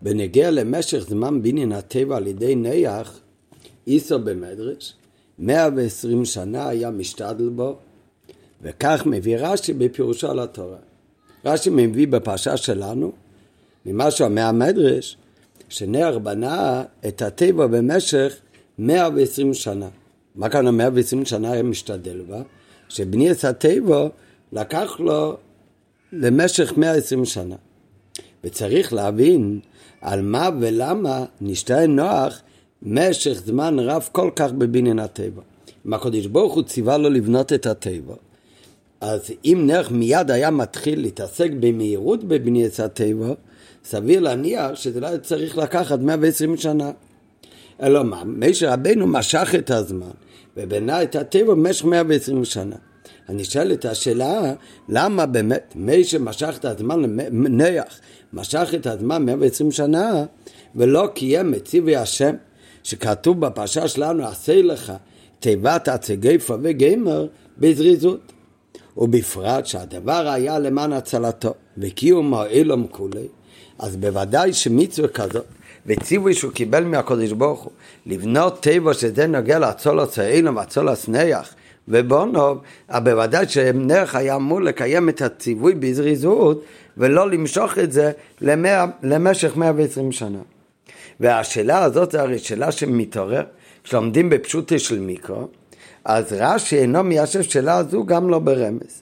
בנגיע למשך זמן בניין הטבע על ידי ניח, איסו במדרש, 120 שנה היה משתדל בו, וכך מביא רש"י בפירושו על התורה. רש"י מביא בפרשה שלנו, ממה שאומר המדרש, שניח בנה את הטבע במשך 120 שנה. מה כאן 120 שנה היה משתדל בה? שבניית הטבע לקח לו למשך 120 שנה. וצריך להבין על מה ולמה נשתהה נוח משך זמן רב כל כך בבניין הטבע. אם הקדוש ברוך הוא ציווה לו לבנות את הטבע, אז אם נח מיד היה מתחיל להתעסק במהירות בבניית הטבע, סביר להניח שזה לא צריך לקחת 120 שנה. אלא מה? משה רבנו משך את הזמן ובנה את הטבע במשך 120 שנה. אני שואל את השאלה, למה באמת משה משך את הזמן, נח משך את הזמן 120 שנה ולא קיים את ציווי השם שכתוב בפרשה שלנו, עשה לך תיבת הצגי פרווה גמר בזריזות, ובפרט שהדבר היה למען הצלתו וקיום העולם כולי, אז בוודאי שמצווה כזאת וציווי שהוא קיבל מהקדוש ברוך הוא לבנות טבע שזה נוגע להצולת העולם והצולת נח ובונוב, בוודאי שנח היה אמור לקיים את הציווי בזריזות ולא למשוך את זה למשך 120 שנה. והשאלה הזאת זה הרי שאלה שמתעורר כשלומדים בפשוטו של מיקרו, אז רש"י אינו מיישב שאלה הזו גם לא ברמז.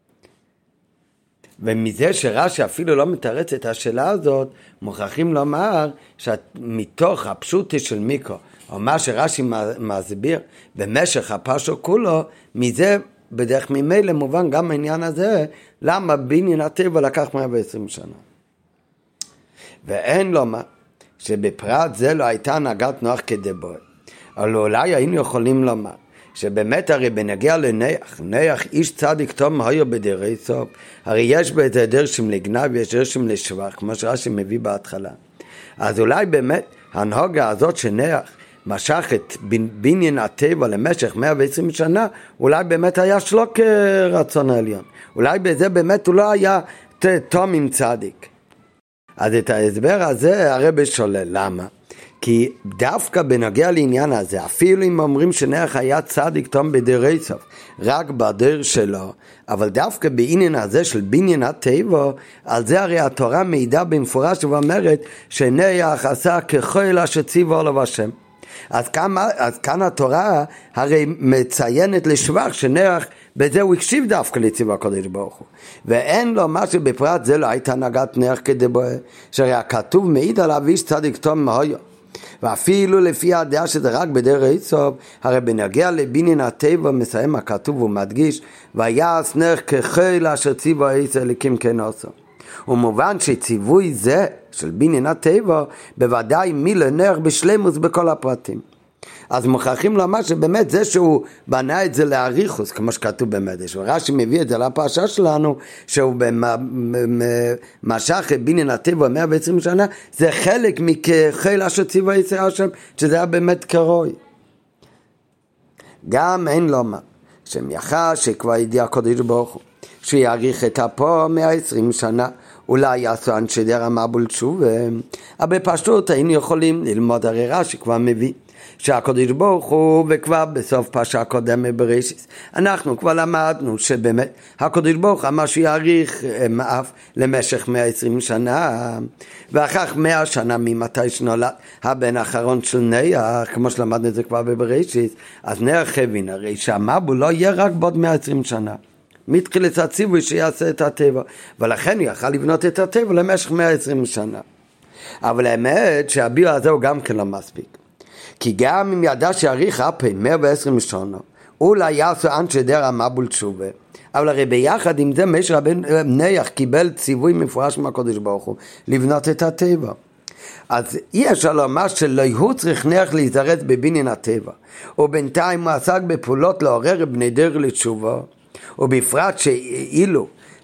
ומזה שרש"י אפילו לא מתרץ את השאלה הזאת, מוכרחים לומר שמתוך הפשוטו של מיקרו, או מה שרש"י מסביר במשך הפרשה כולו, מזה בדרך ממילא מובן גם העניין הזה, למה בניין הטבע לקח 120 שנה. ואין לומר שבפרט זה לא הייתה הנהגת נוח כדבעי. אבל אולי היינו יכולים לומר שבאמת הרי בנגיע לנח, נח איש צדיק תום היה בדרי סוף, הרי יש באיזה דרשים לגנב ויש דרשים לשבח, כמו שרש"י מביא בהתחלה. אז אולי באמת ההנהגה הזאת שנח משך את בניין הטבע למשך 120 שנה, אולי באמת היה שלו כרצון העליון. אולי בזה באמת הוא לא היה תום עם צדיק. אז את ההסבר הזה הרב שולל. למה? כי דווקא בנוגע לעניין הזה, אפילו אם אומרים שנח היה צדיק תום בדרי סוף, רק בדרך שלו, אבל דווקא בעניין הזה של בניין הטבע, על זה הרי התורה מעידה במפורש ואומרת שנח עשה ככל אשר ציווה עליו השם. אז כאן התורה הרי מציינת לשבח שנח בזה הוא הקשיב דווקא לציווי הקדוש ברוך הוא, ואין לו מה שבפרט זה לא הייתה הנהגת נח כדבעי, שהרי הכתוב מעיד עליו איש צדיק תום היה, ואפילו לפי הדעה שזה רק בדרך סוף, הרי בנוגע לבניין הטבע מסיים הכתוב ומדגיש ויעש נח ככל אשר ציווה אלוקים כן עשה. ומובן שציווי זה של בניין הטבע בוודאי מילא בשלמות בכל הפרטים. אז מוכרחים לומר שבאמת זה שהוא בנה את זה לאריכוס, כמו שכתוב במדרש, ורש"י מביא את זה לפרשה שלנו, שהוא משך את בניין הטבע 120 שנה, זה חלק מככל אשר ציווה ישראל השם, שזה היה באמת קרוי. גם אין לומר שמייחד שכבר ידיע הקדוש ברוך הוא שיאריך את אפו 120 שנה, אולי יעשו אנשי דרך המבול תשובה, אבל פשוט היינו יכולים ללמוד הרי רש"י כבר מביא שהקדוש ברוך הוא, וכבר בסוף פרשה קודמת בראשית אנחנו כבר למדנו שבאמת הקדוש ברוך אמר שיאריך מאף למשך 120 שנה, ואחר 100 שנה ממתי שנולד הבן האחרון של נח, כמו שלמדנו את זה כבר בבראשית, אז נח הבין הרי שהמבול לא יהיה רק בעוד 120 שנה מתחילת הציווי שיעשה את הטבע, ולכן הוא יכל לבנות את הטבע למשך 120 שנה. אבל האמת שהביאו הזה הוא גם כן לא מספיק, כי גם אם ידע שיאריך אפי 120 שנה, אולי יעשו אנשי דרך המבול תשובה, אבל הרי ביחד עם זה משה רבנו נח קיבל ציווי מפורש מהקדוש ברוך הוא לבנות את הטבע. אז אי אפשר לומר שלא הוא צריך נח להזרז בבניין הטבע, ובינתיים הוא עסק בפעולות לעורר בני דרך לתשובה, ובפרט שאילו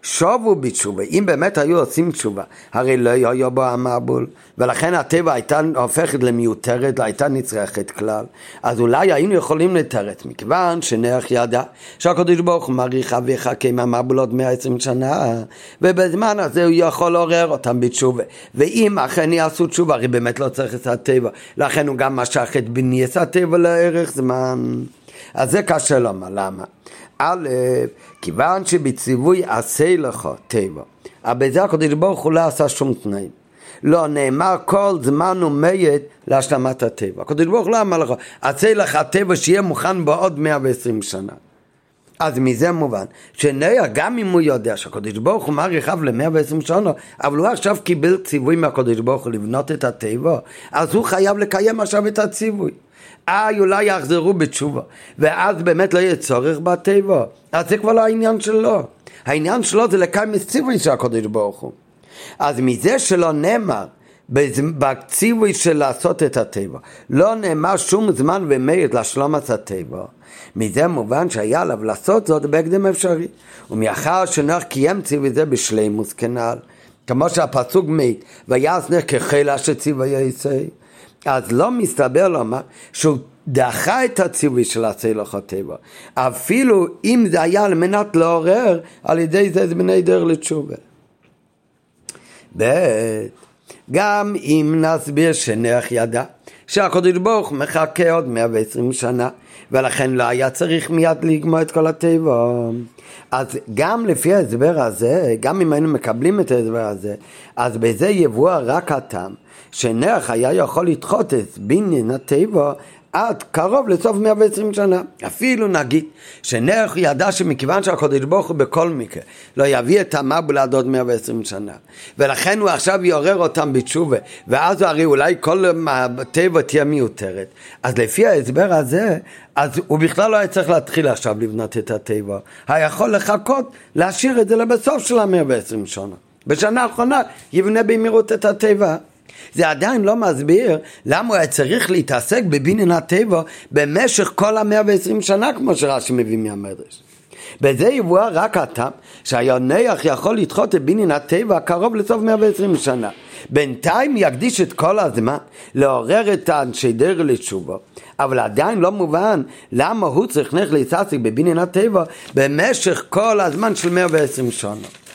שובו בתשובה, אם באמת היו עושים תשובה, הרי לא היה בו המבול, ולכן הטבע הייתה הופכת למיותרת, לא הייתה נצרכת כלל, אז אולי היינו יכולים לתרץ, מכיוון שנח ידע שהקדוש ברוך הוא מעריך ויחכה עם המבול עוד 120 שנה, ובזמן הזה הוא יכול לעורר אותם בתשובה, ואם אכן יעשו תשובה, הרי באמת לא צריך את הטבע, לכן הוא גם משך את בנייס הטבע לערך זמן. אז זה קשה לומר, למה? א', כיוון שבציווי עשה לך טבע, אבל בזה הקדוש ברוך הוא לא עשה שום תנאים, לא נאמר כל זמן ומייד להשלמת הטבע. הקדוש ברוך הוא לא אמר לך עשה לך טבע שיהיה מוכן בעוד 120 שנה. אז מזה מובן שניה, גם אם הוא יודע שהקדוש ברוך הוא מעריך ל-120 שנה, אבל הוא עכשיו קיבל ציווי מהקדוש ברוך הוא לבנות את הטבע, אז הוא חייב לקיים עכשיו את הציווי. אולי יחזרו בתשובה, ואז באמת לא יהיה צורך בטבע, אז זה כבר לא העניין שלו. העניין שלו זה לקיים את ציווי של הקדוש ברוך הוא. אז מזה שלא נאמר בציווי של לעשות את הטבע, לא נאמר שום זמן ומייד להשלמת הטבע, מזה מובן שהיה עליו לעשות זאת בהקדם אפשרי, ומאחר שנוח קיים ציווי זה בשלימוס כנ"ל, כמו שהפסוק מעיד, ויעש נוח כחילה שציווי יעשה, אז לא מסתבר לומר שהוא דחה את הציווי של עשה לך טבע, אפילו אם זה היה על מנת לעורר, על ידי זה בני דרך לתשובה. גם אם נסביר שנח ידע שהקדוש ברוך הוא מחכה עוד 120 שנה, ולכן לא היה צריך מיד לגמור את כל הטבע, אז גם לפי ההסבר הזה, גם אם היינו מקבלים את ההסבר הזה, אז בזה יבוא רק הטעם שנח היה יכול לדחות את בניין הטבע עד קרוב לסוף 120 שנה. אפילו נגיד שנח ידע שמכיוון שהקדוש ברוך הוא בכל מקרה לא יביא את המבול עד עוד 120 שנה, ולכן הוא עכשיו יעורר אותם בתשובה, ואז הרי אולי כל הטבע תהיה מיותרת. אז לפי ההסבר הזה, אז הוא בכלל לא היה צריך להתחיל עכשיו לבנות את הטבע, היה יכול לחכות להשאיר את זה לבסוף של 120 שנה, בשנה האחרונה יבנה במהירות את הטבע. זה עדיין לא מסביר למה הוא היה צריך להתעסק בבניין הטבע במשך כל 120 שנה, כמו שרש"י מביא מהמדרש. בזה יבוא רק הטעם שהנח יכול לדחות את בניין הטבע קרוב לסוף 120 שנה. בינתיים יקדיש את כל הזמן לעורר את אנשי דרך לתשובה, אבל עדיין לא מובן למה הוא צריך להתעסק בבניין הטבע במשך כל הזמן של 120 שנה.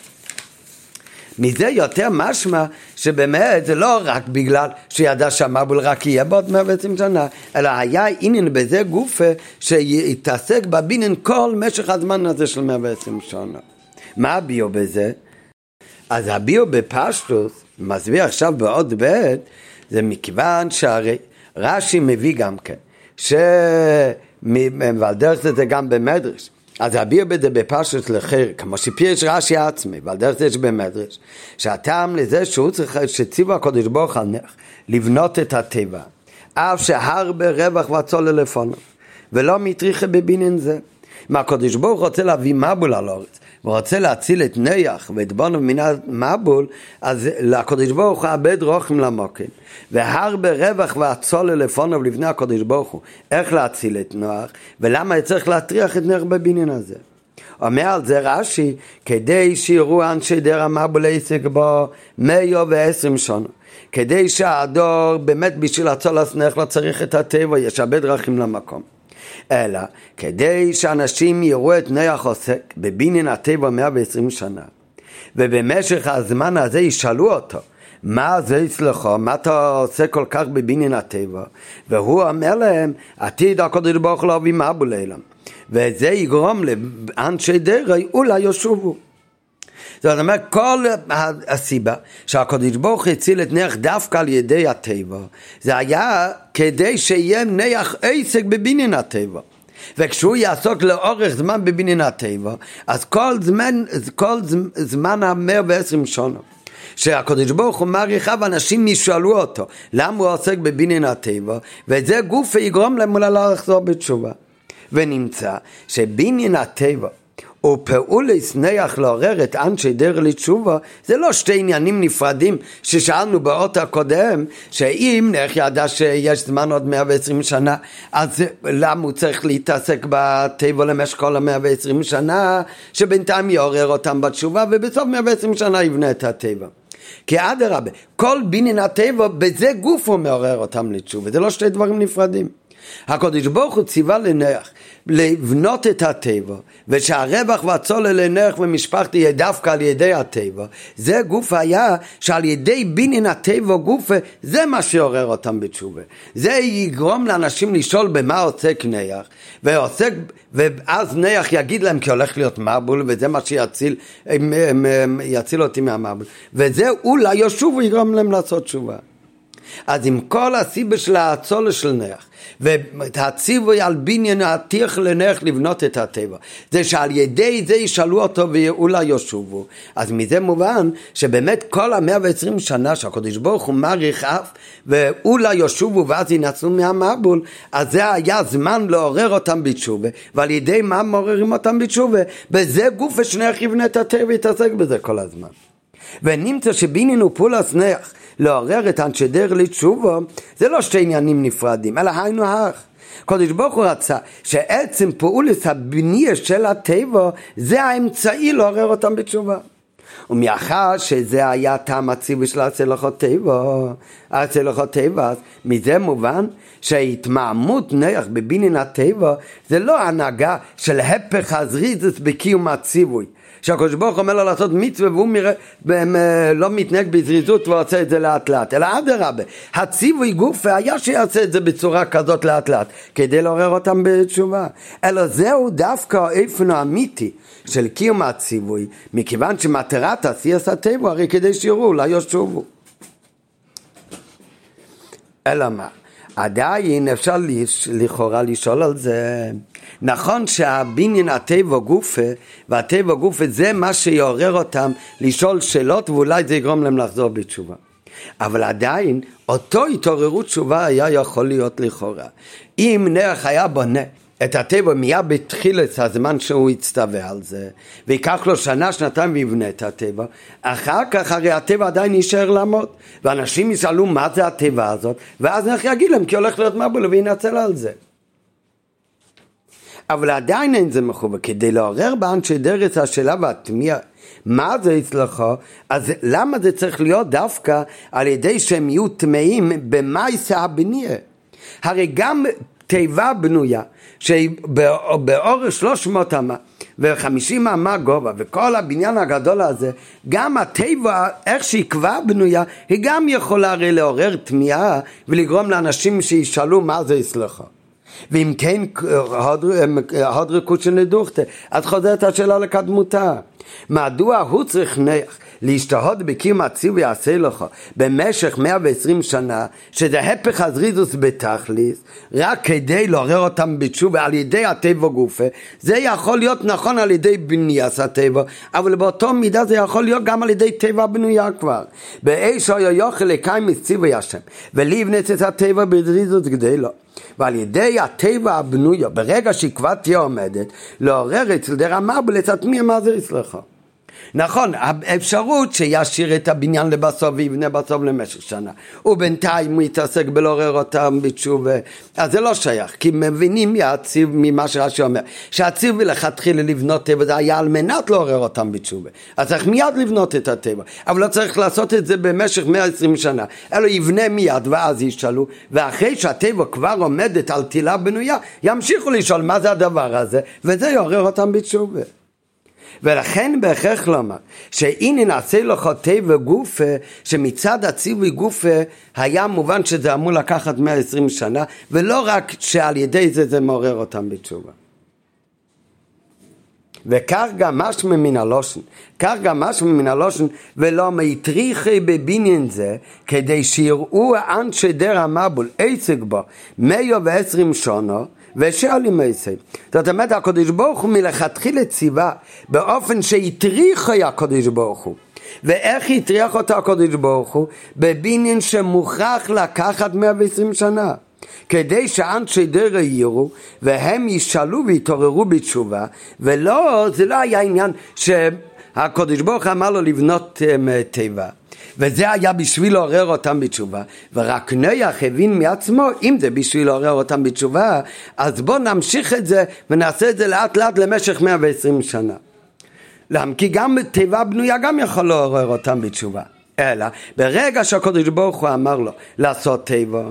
מזה יותר משמע שבאמת זה לא רק בגלל שידע שהמבול רק יהיה בעוד 120 שנה, אלא היה עניין בזה גופה שיתעסק בבניין כל משך הזמן הזה של 120 שנה. מה הביאו בזה? אז הביאו בפשטוס, מסביר עכשיו בעוד בית, זה מכיוון שהרי רש"י מביא גם כן, ועל דרך זה גם במדרש, אז הביאו בזה בפשטוס לחיר, כמו שפירש רש"י עצמי, ועל דרך זה במדרש, שהטעם לזה שהוא צריך, שציווה הקדוש ברוך הוא לבנות את הטבע, אף שהרבה רווח והצולל לפניו, ולא מטריחה בבניין זה. מה הקדוש ברוך הוא רוצה להביא מבול על הארץ, ורוצה להציל את נח ואת בנו מן המבול, אז הקדוש ברוך הוא אבד רוחם למוקם, והרבה רווח והצולל לפניו לבני הקדוש ברוך הוא, איך להציל את נח, ולמה צריך להטריח את נח בבניין הזה. אומר על זה רש"י, כדי שיראו אנשי דרך המבול עסק בו 120 שנה, כדי שהדור באמת בשביל הצול הסנך לא צריך את הטבע, יש הרבה דרכים למקום, אלא כדי שאנשים יראו את נח עוסק בבניין הטבע 120 שנה, ובמשך הזמן הזה ישאלו אותו, מה זה אצלך? מה אתה עושה כל כך בבניין הטבע? והוא אומר להם, עתיד הקדוש ברוך הוא להביא מבול אליהם, וזה יגרום לאנשי דרך אולי ישובו. זאת אומרת, כל הסיבה שהקדוש ברוך הוא הציל את נח דווקא על ידי הטבע, זה היה כדי שיהיה נח עסק בבניין הטבע, וכשהוא יעסוק לאורך זמן בבניין הטבע, אז כל זמן 120 שנה שהקדוש ברוך הוא מעריך, ואנשים ישאלו אותו למה הוא עוסק בבניין הטבע, וזה גוף יגרום להם אולי לחזור בתשובה. ונמצא שבניין הטבע ופעולת נח לעורר את אנשי דרך לתשובה, זה לא שתי עניינים נפרדים ששאלנו באות הקודם, שאם נח ידע שיש זמן עוד 120 שנה, אז למה הוא צריך להתעסק בטבע למשך כל 120 שנה, שבינתיים יעורר אותם בתשובה, ובסוף 120 שנה יבנה את הטבע. כי אדרבה, כל בניין הטבע, בזה גוף הוא מעורר אותם לתשובה, זה לא שתי דברים נפרדים. הקדוש ברוך הוא ציווה לנח לבנות את הטבע, ושהרווח והצולל לנח ומשפחתי יהיה דווקא על ידי הטבע. זה גוף היה שעל ידי בניין הטבע גוף, זה מה שעורר אותם בתשובה. זה יגרום לאנשים לשאול במה עוסק נח, ואז נח יגיד להם כי הולך להיות מבול, וזה מה שיציל אותי מהמבול, וזה אולי ישוב ויגרום להם לעשות תשובה. אז עם כל הסיבה של הצולל של נח והציווי על בניין העתיך לנח לבנות את הטבע, זה שעל ידי זה ישאלו אותו ואולי ישובו. אז מזה מובן שבאמת כל 120 שנה שהקדוש ברוך הוא מעריך אף ואולי ישובו ואז ינצלו מהמבול, אז זה היה זמן לעורר אותם בתשובה, ועל ידי מה מעוררים אותם בתשובה? בזה גוף ושנח יבנה את הטבע ויתעסק בזה כל הזמן. ונמצא שבניין ופעולת נח לעורר את אנשי דרך לתשובה, זה לא שתי עניינים נפרדים, אלא היינו הך. הקדוש ברוך הוא רצה שעצם פעולת הבנייה של הטבע זה האמצעי לעורר אותם בתשובה. ומאחר שזה היה טעם הציווי של הצלחות טבע, מזה מובן שההתמהמות נח בבניין הטבע זה לא הנהגה של הפך הזריזות בקיום הציווי, שהקדוש ברוך אומר לו לעשות מצווה והוא לא מתנהג בזריזות ועושה את זה לאט לאט, אלא אדרבה, הציווי גוף היה שיעשה את זה בצורה כזאת לאט לאט כדי לעורר אותם בתשובה. אלא זהו דווקא האופן האמיתי של קיום הציווי, מכיוון שמטרת עשיית הטבע הרי כדי שיראו אולי ישובו. אלא מה? עדיין אפשר לכאורה לשאול על זה. נכון שהבניין הטבע גופה והטבע גופה זה מה שיעורר אותם לשאול שאלות, ואולי זה יגרום להם לחזור בתשובה, אבל עדיין אותו התעוררות תשובה היה יכול להיות לכאורה אם נח היה בונה את הטבע מיד בתחילת הזמן שהוא יצטווה על זה, ויקח לו שנה שנתיים ויבנה את הטבע. אחר כך הרי הטבע עדיין יישאר לעמוד, ואנשים ישאלו מה זה הטבע הזאת, ואז נח יגיד להם כי הולך להיות מבול וינצל על זה. אבל עדיין אין זה מחובה, כדי לעורר באנשי דרך השאלה והתמיהה מה זה אצלך, אז למה זה צריך להיות דווקא על ידי שהם יהיו תמאים במעשה הבנייה? הרי גם טבע בנויה שבאורך 300 אמה ו50 אמה גובה וכל הבניין הגדול הזה, גם הטבע איך שהיא כבר בנויה היא גם יכולה הרי לעורר תמיהה ולגרום לאנשים שישאלו מה זה אצלך. ואם כן הודרקות שנדוכת, אז חוזרת השאלה לקדמותה, מדוע הוא צריך נח להשתהות בקיום הציווי יעשה לך במשך 120 שנה, שזה הפך הזריזוס בתכליס, רק כדי לעורר אותם בתשובה על ידי הטבע גופה? זה יכול להיות נכון על ידי בניית הטבע, אבל באותו מידה זה יכול להיות גם על ידי טבע בנויה כבר. באיש יוכל לקיים את ציווי השם ולבנות את הטבע בזריזוס גדולה, ועל ידי הטבע הבנויה ברגע שהיא כבר תהיה עומדת לעורר אצל דרמה ולתטמיע מה זה אצלך. נכון, האפשרות שישאיר את הבניין לבסוף ויבנה בסוף למשך שנה, ובינתיים הוא יתעסק בלעורר אותם בתשובה, אז זה לא שייך, כי מבינים מהציב ממה שרש"י אומר שהציב ולכתחילה לבנות טבע זה היה על מנת לעורר אותם בתשובה, אז צריך מיד לבנות את הטבע, אבל לא צריך לעשות את זה במשך 120 שנה, אלא יבנה מיד ואז ישאלו, ואחרי שהטבע כבר עומדת על תילה בנויה ימשיכו לשאול מה זה הדבר הזה, וזה יעורר אותם בתשובה. ולכן בהכרח לומר שהנה נעשה לך טבע גופה, שמצד הציווי גופה היה מובן שזה אמור לקחת 120 שנה, ולא רק שעל ידי זה מעורר אותם בתשובה. וכך גם משמע מן הלושן, ולא מיטריחי בבניין זה, כדי שיראו אנשי דר המבול עסק בו 120 שנה, ושאלים מייסי. זאת אומרת, הקדוש ברוך הוא מלכתחילה ציווה באופן שהטריח הקדוש ברוך הוא. ואיך הטריח אותו הקדוש ברוך הוא? בבניין שמוכרח לקחת 120 שנה. כדי שאנשי דרע יראו והם ישאלו ויתעוררו בתשובה, ולא, זה לא היה עניין שהקדוש ברוך אמר לו לבנות טבע, וזה היה בשביל לעורר אותם בתשובה, ורק נויח הבין מעצמו, אם זה בשביל לעורר אותם בתשובה, אז בוא נמשיך את זה ונעשה את זה לאט לאט למשך 120 שנה. למה? כי גם טבע בנויה גם יכול לעורר אותם בתשובה. אלא ברגע שהקדוש ברוך הוא אמר לו לעשות טבע,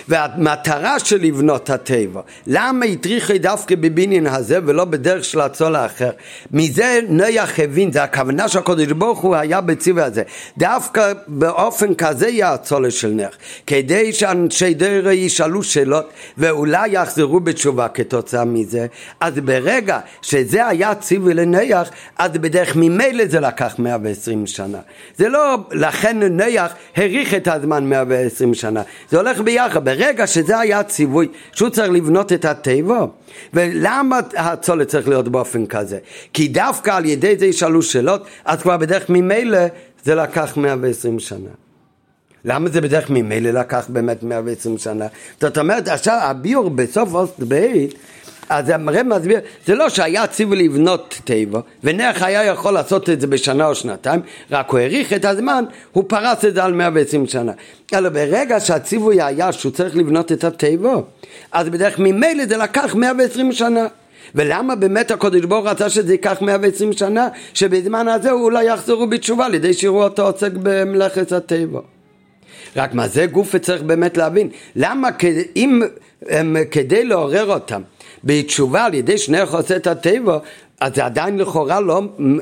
והמטרה של לבנות הטבע, למה הטריחי דווקא בבניין הזה ולא בדרך של הצול האחר? מזה נויח הבין, זה הכוונה שהקדוש ברוך הוא היה בציווי הזה, דווקא באופן כזה יהיה הצול של נח, כדי שאנשי דרע ישאלו שאלות ואולי יחזרו בתשובה כתוצאה מזה. אז ברגע שזה היה ציווי לנויח, אז בדרך ממילא זה לקח 120 שנה. זה לא, לכן נויח האריך את הזמן 120 שנה, זה הולך ביחד. ברגע שזה היה ציווי שהוא צריך לבנות את הטבע, ולמה הצול צריך להיות באופן כזה? כי דווקא על ידי זה ישאלו שאלות, אז כבר בדרך ממילא זה לקח 120 שנה. למה זה בדרך ממילא לקח באמת 120 שנה? זאת אומרת, עכשיו הביור בסוף אוסט בית, אז הרב מסביר, זה לא שהיה ציווי לבנות טבע, ונח היה יכול לעשות את זה בשנה או שנתיים, רק הוא העריך את הזמן, הוא פרס את זה על 120 שנה. אלא ברגע שהציווי היה שהוא צריך לבנות את הטבע, אז בדרך ממילא זה לקח 120 שנה. ולמה באמת הקדוש ברוך הוא רצה שזה ייקח 120 שנה, שבזמן הזה הוא אולי יחזרו בתשובה, לידי שיראו אותו עוסק במלאכת הטבע. רק מה זה גוף צריך באמת להבין, למה אם כדי לעורר אותם בתשובה על ידי שנח עושה את הטבע, אז זה עדיין לכאורה לא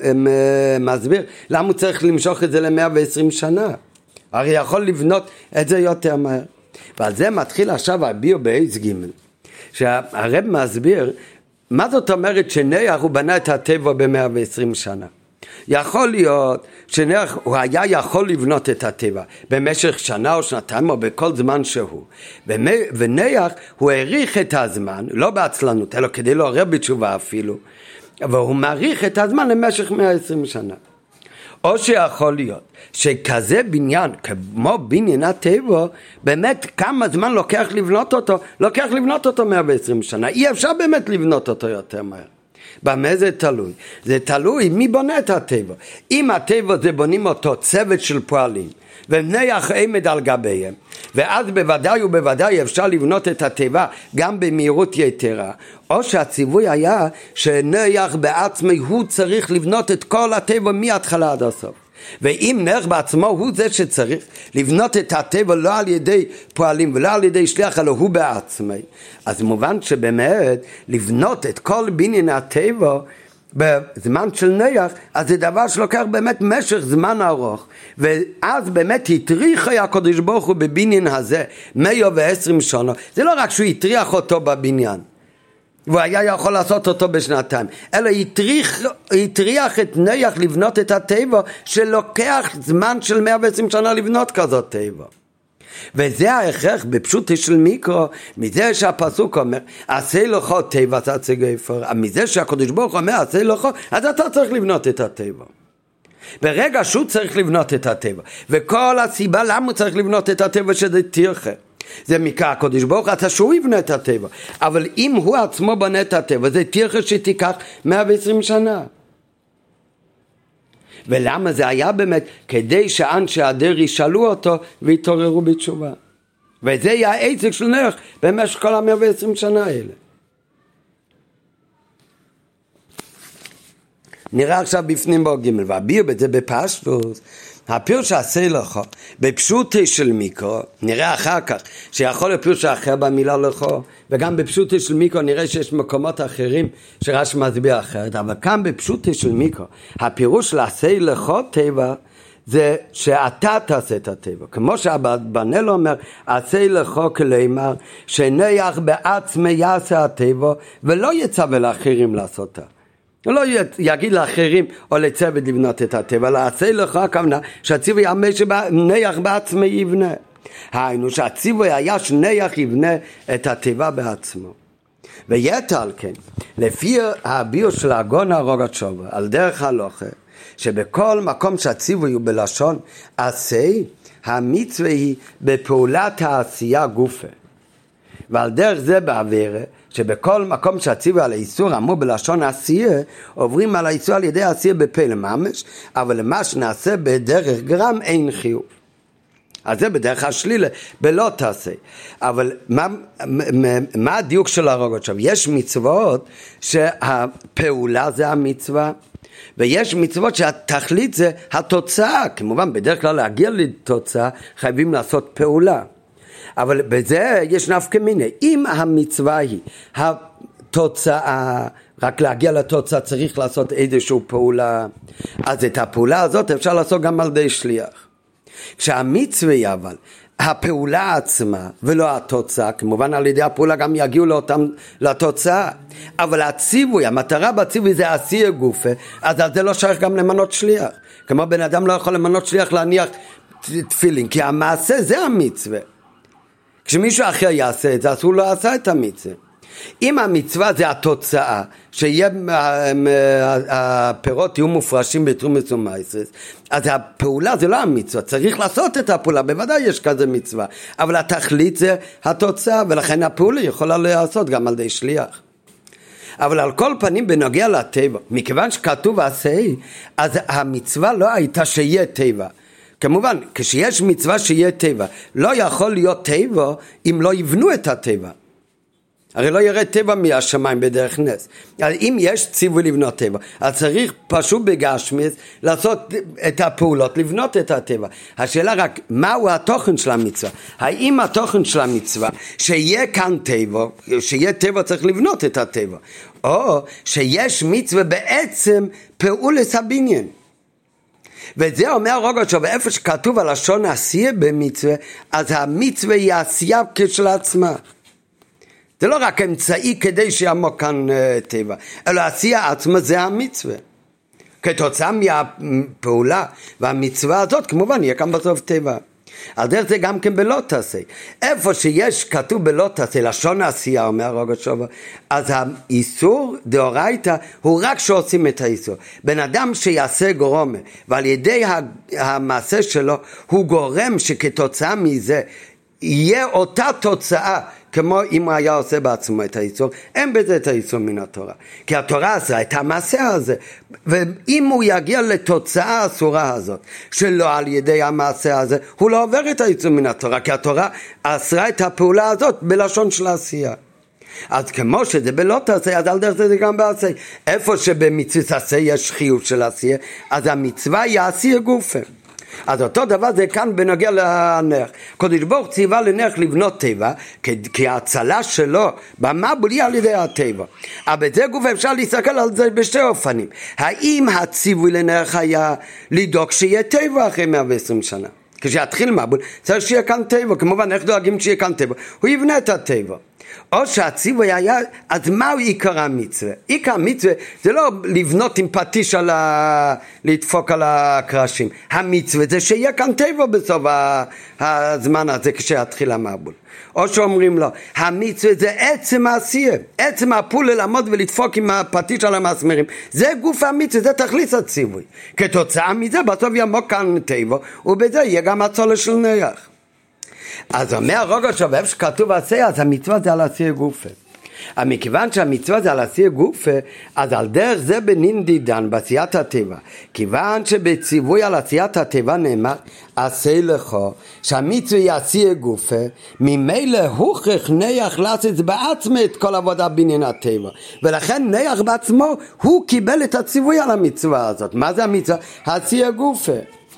מסביר למה הוא צריך למשוך את זה ל-120 שנה, הרי יכול לבנות את זה יותר מהר. ועל זה מתחיל עכשיו הביור באיז ג' שהרב מסביר מה זאת אומרת שנח הוא בנה את הטבע ב-120 שנה. יכול להיות שנח הוא היה יכול לבנות את הטבע במשך שנה או שנתיים או בכל זמן שהוא, ונח הוא העריך את הזמן לא בעצלנות אלא כדי לעורר בתשובה אפילו, והוא מעריך את הזמן למשך 120 שנה. או שיכול להיות שכזה בניין כמו בניין הטבע באמת כמה זמן לוקח לבנות אותו, לוקח לבנות אותו 120 שנה, אי אפשר באמת לבנות אותו יותר מהר. במה זה תלוי? זה תלוי מי בונה את הטבע. אם הטבע זה בונים אותו צוות של פועלים ונח עמד על גביהם, ואז בוודאי ובוודאי אפשר לבנות את הטבע גם במהירות יתרה, או שהציווי היה שנח בעצמי הוא צריך לבנות את כל הטבע מההתחלה עד הסוף. ואם נח בעצמו הוא זה שצריך לבנות את הטבע לא על ידי פועלים ולא על ידי שליח אלא הוא בעצמי, אז מובן שבאמת לבנות את כל בניין הטבע בזמן של נח, אז זה דבר שלוקח באמת משך זמן ארוך, ואז באמת הטריח הקדוש ברוך הוא בבניין הזה 120 שנה. זה לא רק שהוא הטריח אותו בבניין והוא היה יכול לעשות אותו בשנתיים, אלא הטריח את נח לבנות את הטבע שלוקח זמן של 120 שנה לבנות כזאת טבע. וזה ההכרח בפשוט של מיקרו, מזה שהפסוק אומר עשה לך טבע תצא גפר, מזה שהקדוש ברוך הוא אומר עשה לך, אז אתה צריך לבנות את הטבע. ברגע שהוא צריך לבנות את הטבע, וכל הסיבה למה הוא צריך לבנות את הטבע שזה תרחה, זה מקרא הקדוש ברוך הוא רצה שהוא יבנה את הטבע, אבל אם הוא עצמו בנה את הטבע זה תרחה שתיקח 120 שנה. ולמה זה היה באמת? כדי שאנשי הדרע ישאלו אותו ויתעוררו בתשובה, וזה היה העסק של נח במשך כל 120 שנה האלה. נראה עכשיו בפנים בג' והביר בזה בפשטוס, הפירוש עשה לך בפשוט של מיקרו, נראה אחר כך שיכול להיות פירוש אחר במילה לך, וגם בפשוט של מיקרו נראה שיש מקומות אחרים שרש מסביר אחרת, אבל כאן בפשוט של מיקרו הפירוש לעשה לך טבע זה שאתה תעשה את הטבע, כמו שהבנאל אומר עשה לך כלומר שנח בעצמי יעשה הטבע ולא יצווה לאחרים לעשותה, הוא לא יגיד לאחרים או לצוות לבנות את הטבע, אלא עשה לך הכוונה שהציווי יאמר שנח בעצמי יבנה, היינו שהציווי היה שנח יבנה את הטבע בעצמו. ויתר על כן לפי הביור של הגאון הרוטשילד על דרך ההלכה שבכל מקום שהציווי הוא בלשון עשה, המצווה היא בפעולת העשייה גופה, ועל דרך זה בעבירה, שבכל מקום שהציווי על האיסור אמור בלשון עשייה, עוברים על האיסור על ידי עשייה בפה לממש, אבל למה שנעשה בדרך גרם אין חיוב. אז זה בדרך השלילה, בלא תעשה. אבל מה הדיוק של הרוג עכשיו? יש מצוות שהפעולה זה המצווה, ויש מצוות שהתכלית זה התוצאה. כמובן, בדרך כלל להגיע לתוצאה חייבים לעשות פעולה. אבל בזה יש נפקא מינה. אם המצווה היא התוצאה, רק להגיע לתוצאה צריך לעשות איזושהי פעולה, אז את הפעולה הזאת אפשר לעשות גם על ידי שליח. כשהמצווה היא אבל הפעולה עצמה ולא התוצאה, כמובן על ידי הפעולה גם יגיעו לתוצאה, אבל הציווי, המטרה בציווי זה עשייה גופה, אז על זה לא שייך גם למנות שליח. כמו בן אדם לא יכול למנות שליח להניח תפילין, כי המעשה זה המצווה. כשמישהו אחר יעשה את זה, אז הוא לא עשה את המצווה. אם המצווה זה התוצאה, שיהיה הפירות יהיו מופרשים בתרומות ומעשרות, אז הפעולה זה לא המצווה, צריך לעשות את הפעולה, בוודאי יש כזה מצווה, אבל התכלית זה התוצאה, ולכן הפעולה יכולה לעשות גם על ידי שליח. אבל על כל פנים בנוגע לטבע, מכיוון שכתוב עשה, אז המצווה לא הייתה שיהיה טבע. כמובן, כשיש מצווה שיהיה טבע, לא יכול להיות טבע אם לא יבנו את הטבע. הרי לא ירד טבע מהשמיים בדרך נס. אם יש ציווי לבנות טבע, אז צריך פשוט בגשמיס לעשות את הפעולות, לבנות את הטבע. השאלה רק, מהו התוכן של המצווה? האם התוכן של המצווה, שיהיה כאן טבע, שיהיה טבע צריך לבנות את הטבע, או שיש מצווה בעצם פעולת הבניין. וזה אומר רוגושוב, איפה שכתוב על לשון עשייה במצווה, אז המצווה היא עשייה כשלעצמה. זה לא רק אמצעי כדי שיעמוק כאן טבע, אלא עשייה עצמה זה המצווה. כתוצאה מהפעולה והמצווה הזאת, כמובן יהיה כאן בסוף טבע. על דרך זה גם כן בלא תעשה. איפה שיש כתוב בלא תעשה, לשון עשייה, אומר רוגושוב, אז האיסור דאורייתא הוא רק שעושים את האיסור. בן אדם שיעשה גורם, ועל ידי המעשה שלו, הוא גורם שכתוצאה מזה, יהיה אותה תוצאה, כמו אם הוא היה עושה בעצמו את האיסור, אין בזה את האיסור מן התורה. כי התורה עשה את המעשה הזה, ואם הוא יגיע לתוצאה האסורה הזאת, שלא על ידי המעשה הזה, הוא לא עובר את האיסור מן התורה, כי התורה אסרה את הפעולה הזאת בלשון של העשייה. אז כמו שזה בלא תעשה, אז על דרך זה גם בעשה. איפה שבמצוות עשה יש חיוב של עשייה, אז המצווה היא עשייה גופה. אז אותו דבר זה כאן בנוגע לנך. קדוש ברוך ציווה לנך לבנות טבע, כי ההצלה שלו במבול היא על ידי הטבע. אבל בזה גוף אפשר להסתכל על זה בשתי אופנים. האם הציווי לנך היה לדאוג שיהיה טבע אחרי 120 שנה? כשיתחיל מבול צריך שיהיה כאן טבע, כמובן איך דואגים שיהיה כאן טבע? הוא יבנה את הטבע. או שהציווי היה, אז מהו עיקר המצווה? עיקר המצווה זה לא לבנות עם פטיש לדפוק על הקרשים. המצווה זה שיהיה כאן טבע בסוף הזמן הזה כשיתחיל המבול. או שאומרים לו, המצווה זה עצם העשייה, עצם הפעולה לעמוד ולדפוק עם הפטיש על המסמרים. זה גוף המצווה, זה תכלית הציווי. כתוצאה מזה בסוף יעמוק כאן טבע, ובזה יהיה גם הצולה של נח. אז אומר רוגושוב, איפה שכתוב עשה, אז המצווה זה על עשייה גופה. מכיוון שהמצווה זה על עשייה גופה, אז על דרך זה בנינדי דן, בעשיית הטבע. כיוון שבציווי על עשיית הטבע נאמר, עשה לך, שהמצווה היא עשייה גופה, ממילא הוכרח נח לעשות בעצמו את כל עבודה בעניין הטבע. ולכן נח בעצמו, הוא קיבל את הציווי על המצווה הזאת. מה זה המצווה? עשייה גופה.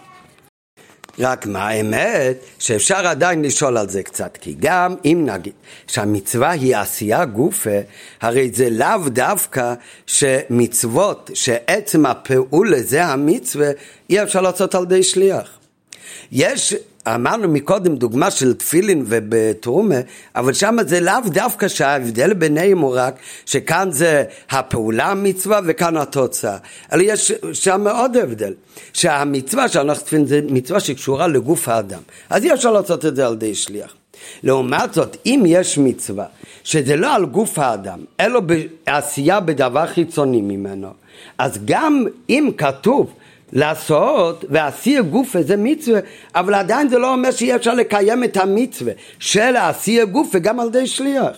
רק מה האמת? שאפשר עדיין לשאול על זה קצת, כי גם אם נגיד שהמצווה היא עשייה גופה, הרי זה לאו דווקא שמצוות, שעצם הפעולה זה המצווה, אי אפשר לעשות על ידי שליח. יש, אמרנו מקודם דוגמה של תפילין ובתרומה, אבל שם זה לאו דווקא שההבדל ביניהם הוא רק שכאן זה הפעולה המצווה וכאן התוצאה. אבל יש שם עוד הבדל, שהמצווה שאנחנו תפילין זה מצווה שקשורה לגוף האדם, אז אי אפשר לעשות את זה על ידי שליח. לעומת זאת, אם יש מצווה שזה לא על גוף האדם, אלא בעשייה בדבר חיצוני ממנו, אז גם אם כתוב לעשות ועשייה גופה זה מצווה, אבל עדיין זה לא אומר שיהיה אפשר לקיים את המצווה של העשייה גופה גם על ידי שליח.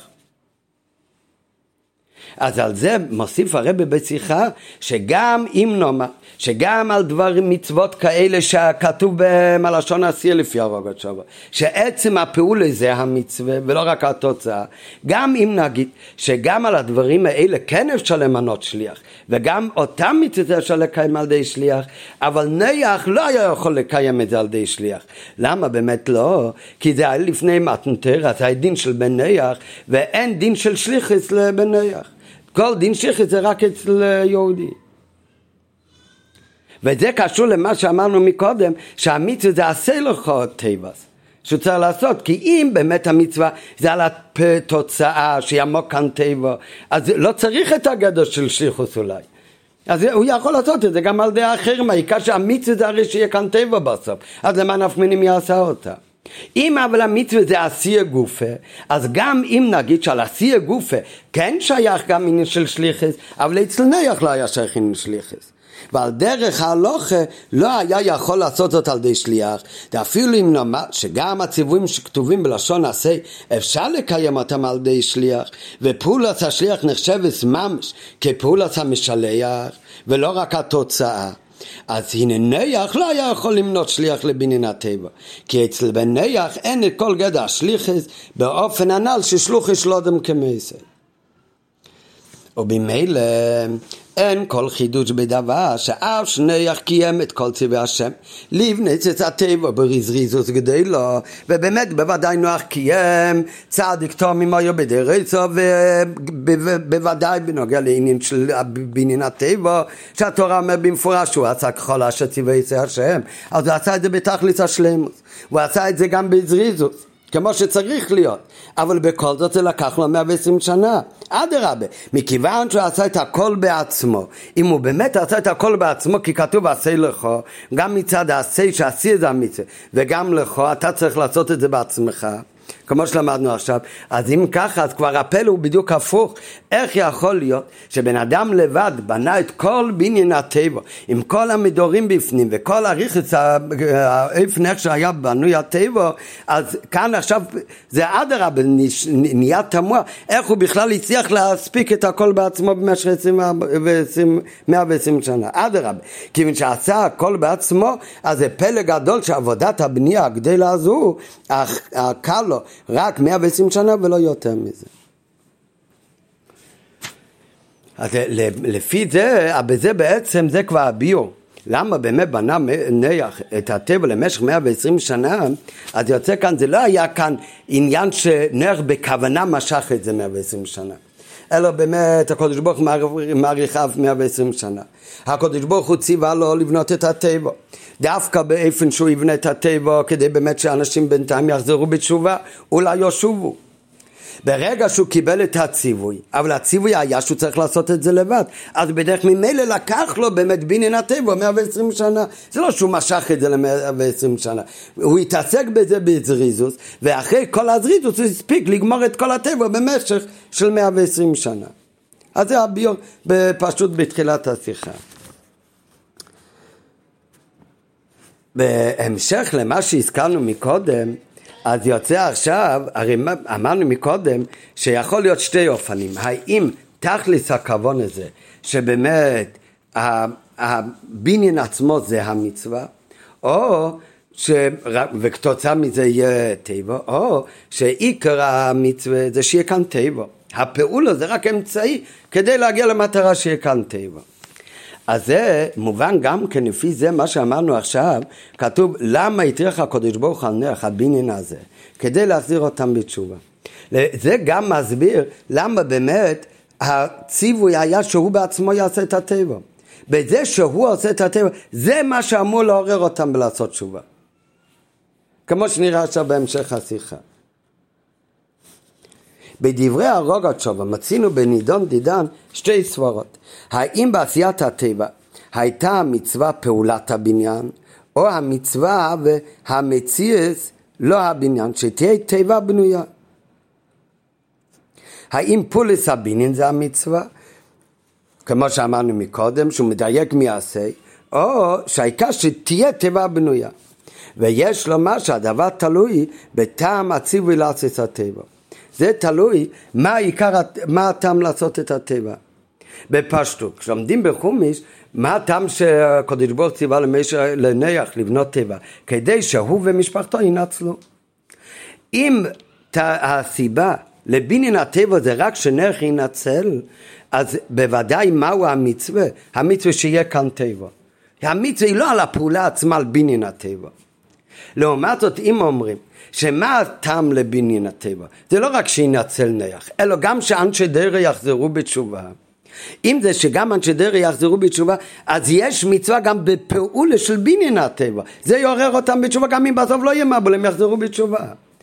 אז על זה מוסיף הרבי בשיחה שגם אם נאמר שגם על דברים מצוות כאלה שכתוב בלשון עשייה לפי הרוג שווה, שעצם הפעולה זה המצווה ולא רק התוצאה, גם אם נגיד שגם על הדברים האלה כן אפשר למנות שליח וגם אותם מצוות אפשר לקיים על ידי שליח, אבל נויח לא היה יכול לקיים את זה על ידי שליח. למה באמת לא? כי זה היה לפני מתן תורה, זה היה דין של בן נויח ואין דין של שליחס לבן נויח. כל דין שליחס זה רק אצל יהודי. וזה קשור למה שאמרנו מקודם, שהמצווה זה עשה לך טבעס, שהוא צריך לעשות, כי אם באמת המצווה זה על התוצאה שיעמוק כאן טבע, אז לא צריך את הגדר של שליחוס אולי. אז הוא יכול לעשות את זה גם על דעה אחרים, העיקר שהמצווה זה הרי שיהיה כאן טבע בסוף, אז למה נפמינים יעשה אותה? אם אבל המצווה זה עשייה גופה, אז גם אם נגיד שעל עשייה גופה כן שייך גם עניין של שליחס, אבל אצל נויח לא היה שייך עניין שליחס. ועל דרך ההלוכה לא היה יכול לעשות זאת על ידי שליח, ואפילו אם נאמר שגם הציוויים שכתובים בלשון עשה אפשר לקיים אותם על ידי שליח, ופעולת השליח נחשבת ממש כפעולת המשלח ולא רק התוצאה, אז הנה נויח לא היה יכול למנות שליח לבניין הטבע, כי אצל בן נויח אין את כל גדר השליחס באופן הנ"ל ששלוחי שלודם כמסר. ובמילא אין כל חידוש בדבר שאף שנויח קיים את כל צבעי השם לבנות את הטבע בזריזות גדולה, ובאמת בוודאי נוח קיים צדיק תום עמו בדרצו, ובוודאי בנוגע לעניין של בניין הטבע שהתורה אומר במפורש שהוא עשה ככל אשר צבעי השם, אז הוא עשה את זה בתכלית השלמות, הוא עשה את זה גם בזריזות כמו שצריך להיות, אבל בכל זאת זה לקח לו 120 שנה. אדרבה, מכיוון שהוא עשה את הכל בעצמו, אם הוא באמת עשה את הכל בעצמו, כי כתוב עשה לך, גם מצד העשה שעשי את המצווה, וגם לך, אתה צריך לעשות את זה בעצמך, כמו שלמדנו עכשיו. אז אם ככה, אז כבר הפלא הוא בדיוק הפוך. איך יכול להיות שבן אדם לבד בנה את כל בניין הטבע עם כל המדורים בפנים וכל הריחס האופן איך שהיה בנוי הטבע, אז כאן עכשיו זה אדרבה נהיה תמוה איך הוא בכלל הצליח להספיק את הכל בעצמו במשך 120 שנה. אדרבה, כיוון שעשה הכל בעצמו, אז זה פלא גדול שעבודת הבנייה הגדולה הזו קל לו רק 120 שנה ולא יותר מזה. אז לפי זה, בזה בעצם זה כבר הביור. למה באמת בנה נויח את הטבע למשך 120 שנה, אז יוצא כאן, זה לא היה כאן עניין שנויח בכוונה משך את זה 120 שנה. אלא באמת הקדוש ברוך הוא מעריך אף 120 שנה. הקדוש ברוך הוא ציווה לו לבנות את הטבע. דווקא באופן שהוא יבנה את הטבע, כדי באמת שאנשים בינתיים יחזרו בתשובה, אולי ישובו. ברגע שהוא קיבל את הציווי, אבל הציווי היה שהוא צריך לעשות את זה לבד, אז בדרך ממילא לקח לו באמת בניין הטבע 120 שנה. זה לא שהוא משך את זה ל-120 שנה, הוא התעסק בזה בזריזות, ואחרי כל הזריזות הוא הספיק לגמור את כל הטבע במשך של 120 שנה. אז זה הביור פשוט בתחילת השיחה. בהמשך למה שהזכרנו מקודם, אז יוצא עכשיו, הרי אמרנו מקודם שיכול להיות שתי אופנים. האם תכלס הכוון הזה שבאמת הבניין עצמו זה המצווה, או וכתוצאה מזה יהיה טבע, או שעיקר המצווה זה שיהיה כאן טבע. הפעולה זה רק אמצעי כדי להגיע למטרה שיהיה כאן טבע. אז זה מובן גם כן לפי זה מה שאמרנו עכשיו, כתוב למה יטריח הקדוש ברוך הוא על נויח הבניין הזה, כדי להחזיר אותם בתשובה. זה גם מסביר למה באמת הציווי היה שהוא בעצמו יעשה את הטבע. בזה שהוא עושה את הטבע, זה מה שאמור לעורר אותם בלעשות תשובה. כמו שנראה עכשיו בהמשך השיחה. בדברי הרוג תשובה מצינו בנידון דידן שתי סברות. האם בעשיית הטבע הייתה המצווה פעולת הבניין, או המצווה והמציאות לא הבניין, שתהיה טבע בנויה? האם פולס הבניין זה המצווה, כמו שאמרנו מקודם, שהוא מדייק מי עשה, או שהעיקר שתהיה טבע בנויה. ויש לומר שהדבר תלוי בטעם הציווי לעשות הטבע. זה תלוי מה הטעם לעשות את הטבע. בפשטות, כשלומדים בחומש, מה הטעם שהקדוש ברוך הוא ציווה לנוח לבנות טבע? כדי שהוא ומשפחתו ינצלו. אם הסיבה לבניין הטבע זה רק שנוח ינצל, אז בוודאי מהו המצווה? המצווה שיהיה כאן טבע. המצווה היא לא על הפעולה עצמה, על בניין הטבע. לעומת זאת, אם אומרים שמה הטעם לבניין הטבע? זה לא רק שינצל נוח, אלא גם שאנשי דרע יחזרו בתשובה. אם זה שגם אנשי דרע יחזרו בתשובה, אז יש מצווה גם בפעולה של בניין הטבע. זה יעורר אותם בתשובה, גם אם בסוף לא יהיה מבול, הם יחזרו בתשובה.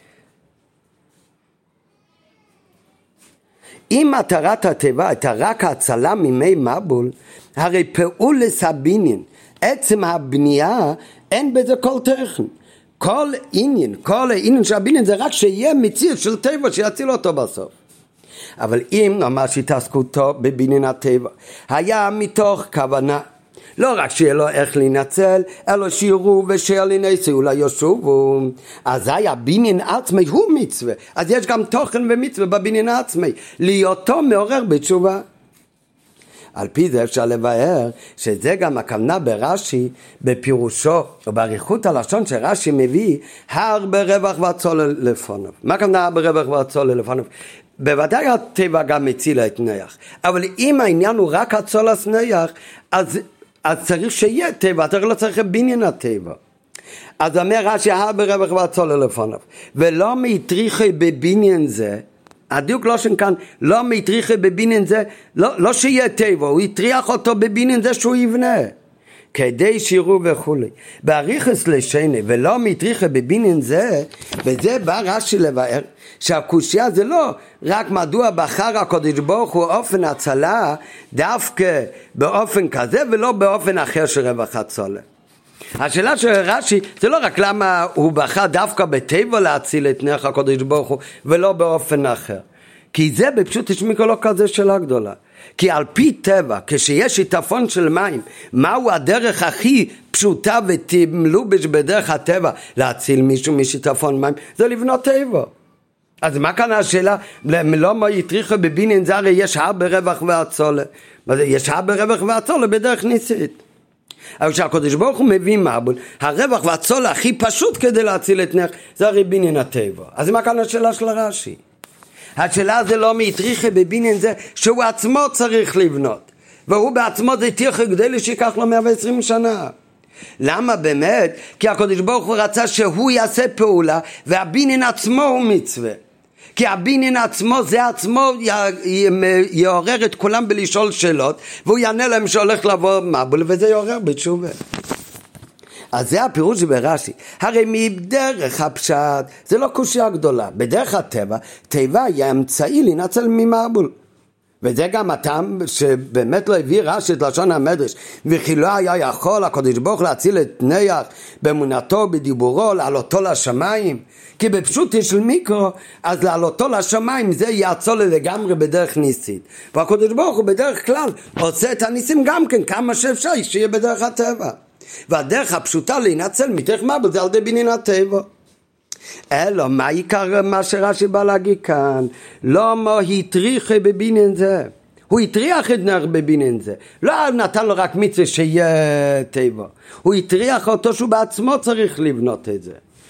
אם מטרת הטבע הייתה רק ההצלה ממי מבול, הרי פעולת הבניין, עצם הבנייה, אין בזה כל טכני. כל העניין של הבניין זה רק שיהיה מציאות של טבע שיציל אותו בסוף. אבל אם נאמר שהתעסקותו בבניין הטבע היה מתוך כוונה, לא רק שיהיה לו איך להינצל, אלא שיראו ושאלינסו אולי ישובו, אז היה בניין עצמי הוא מצווה. אז יש גם תוכן ומצווה בבניין העצמי, להיותו מעורר בתשובה. על פי זה אפשר לבאר שזה גם הכוונה ברש"י בפירושו או באריכות הלשון שרש"י מביא הרבה רווח והצולל לפניו. מה הכוונה הרבה רווח והצולל לפניו? בוודאי הטבע גם מציל את נוח, אבל אם העניין הוא רק הצולס נוח, אז צריך שיהיה טבע, אתה לא צריך בניין הטבע. אז אומר רש"י הרבה רווח והצולל לפניו, ולא מיטריחי בבניין זה, הדיוק לא שכאן, לא מיטריחי בבניין זה, לא שיהיה טבע, הוא יטריח אותו בבניין זה שהוא יבנה, כדי שירו וכולי. באריכוס לשני, ולא מיטריחי בבניין זה, וזה בא רש"י לבאר, שהקושיה זה לא רק מדוע בחר הקדוש ברוך הוא אופן הצלה, דווקא באופן כזה, ולא באופן אחר של רווח הצלה. השאלה של רש"י זה לא רק למה הוא בחר דווקא בטבע להציל את נוח הקדוש ברוך הוא ולא באופן אחר, כי זה בפשוט תשמיקו לא כזה שאלה גדולה. כי על פי טבע, כשיש שיטפון של מים, מהו הדרך הכי פשוטה ותמלובש בדרך הטבע להציל מישהו משיטפון מים? זה לבנות טבע. אז מה כאן השאלה? לא מה יטריחו בבניין זה, הרי יש הרבה רווח והצולה. יש הרבה רווח והצולה בדרך ניסית. אבל כשהקדוש ברוך הוא מביא מבול, הרווח והצולה הכי פשוט כדי להציל את נוח, זה הרי בניין הטבע. אז מה כאן השאלה של רש"י? השאלה זה לא מיטריחי בבניין זה שהוא עצמו צריך לבנות, והוא בעצמו זה תירחי גדול שיקח לו 120 שנה. למה באמת? כי הקדוש ברוך הוא רצה שהוא יעשה פעולה, והבניין עצמו הוא מצווה. כי הבניין עצמו זה עצמו יעורר את כולם בלשאול שאלות, והוא יענה להם שהולך לבוא מבול, וזה יעורר בתשובה. אז זה הפירוש ברש"י. הרי מדרך הפשט זה לא קושיה גדולה. בדרך הטבע, טבע היה אמצעי לנצל ממבול. וזה גם הטעם שבאמת לא הביא רש"י את לשון המדרש, וכי לא היה יכול הקדוש ברוך הוא להציל את נוח באמונתו בדיבורו לעלותו לשמיים, כי בפשוט של מיקרו, אז לעלותו לשמיים זה יעצול לגמרי בדרך ניסית, והקדוש ברוך הוא בדרך כלל עושה את הניסים גם כן כמה שאפשר שיהיה בדרך הטבע, והדרך הפשוטה להינצל מתוך מבול זה על ידי בניין הטבע. אלא מה עיקר מה שרש"י בא להגיד כאן? לא מה הטריחי בבניין זה, הוא הטריח את נוח בבניין זה, לא נתן לו רק מצווה שיהיה טבע, הוא הטריח אותו שהוא בעצמו צריך לבנות את זה.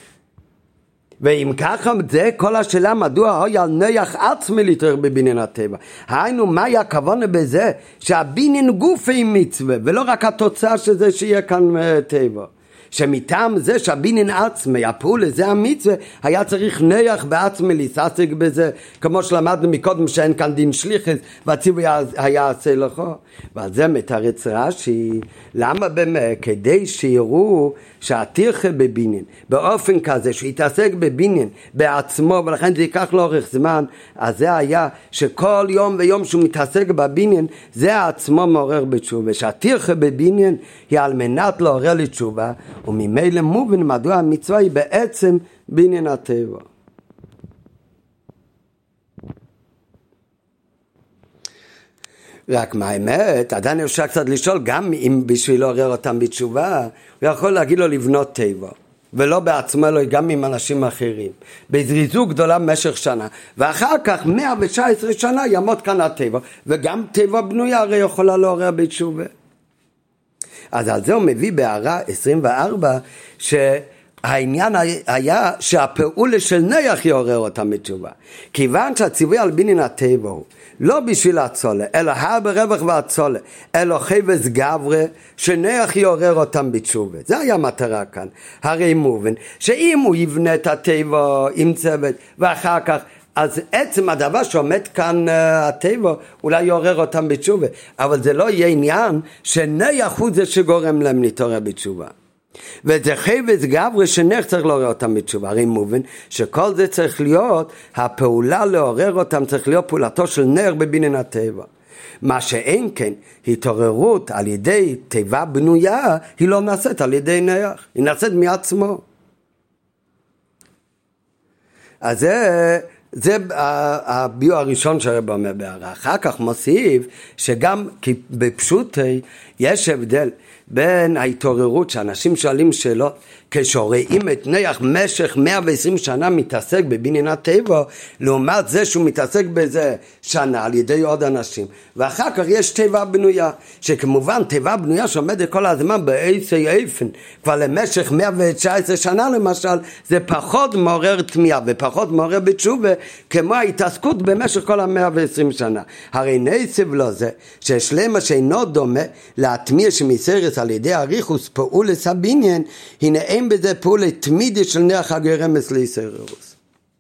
ואם ככה זה כל השאלה מדוע היה נוח עצמי לטריח בבניין הטבע. היינו מהי הכוונה בזה שהבניין גוף עם מצווה ולא רק התוצאה שזה שיהיה כאן טבע, שמטעם זה שהבניין עצמי, הפעולה זה המצווה, היה צריך נוח בעצמי להתעסק בזה, כמו שלמדנו מקודם שאין כאן דין שליחס, והציווי היה עשה לכו. ועל זה מתרץ רש"י, למה באמת? כדי שיראו שהטרחה בבניין, באופן כזה שיתעסק בבניין בעצמו, ולכן זה ייקח לו אורך זמן, אז זה היה שכל יום ויום שהוא מתעסק בבניין, זה עצמו מעורר בתשובה, שהטרחה בבניין היא על מנת לעורר לתשובה, וממילא מובן מדוע המצווה היא בעצם בניין הטבע. רק מה האמת, עדיין אפשר קצת לשאול, גם אם בשביל לעורר אותם בתשובה, הוא יכול להגיד לו לבנות טבע, ולא בעצמו, אלא גם עם אנשים אחרים, בזריזות גדולה במשך שנה, ואחר כך 119 שנה יעמוד כאן הטבע, וגם טבע בנויה הרי יכולה לעורר בתשובה. אז על זה הוא מביא בהערה 24, העניין היה שהפעולה של נח יעורר אותם בתשובה. כיוון שהציווי על בינין הטבע הוא לא בשביל הצולה, אלא הרבה רווח והצולה, אלא חפץ גברי שנח יעורר אותם בתשובה. זה היה המטרה כאן. הרי מובן שאם הוא יבנה את הטבע עם צוות ואחר כך, אז עצם הדבר שעומד כאן הטבע אולי יעורר אותם בתשובה, אבל זה לא יהיה עניין שנח הוא זה שגורם להם להתעורר בתשובה. וזה חפץ גברי שנח צריך לעורר אותם בתשובה. הרי מובן שכל זה צריך להיות, הפעולה לעורר אותם צריך להיות פעולתו של נח בבינין הטבע. מה שאין כן, התעוררות על ידי טבע בנויה, היא לא נעשית על ידי נח, היא נעשית מעצמו. אז זה הביור הראשון שהרב אומר בהערה. אחר כך מוסיף שגם בפשוטי יש הבדל בין ההתעוררות שאנשים שואלים שאלות כשרואים את נח משך 120 שנה מתעסק בבינין הטבע, לעומת זה שהוא מתעסק בזה שנה על ידי עוד אנשים, ואחר כך יש טבע בנויה, שכמובן טבע בנויה שעומדת כל הזמן באיסי איפן כבר למשך 119 שנה למשל, זה פחות מעורר תמיהה ופחות מעורר בתשובה כמו ההתעסקות במשך כל 120 שנה. הרי נסב לו זה ששלמה שאינו דומה להטמיע שמסרס על ידי אריכוס פעולת הבניין, הנה אין בזה פעולה תמידי של נח הגרמס ליסרוס.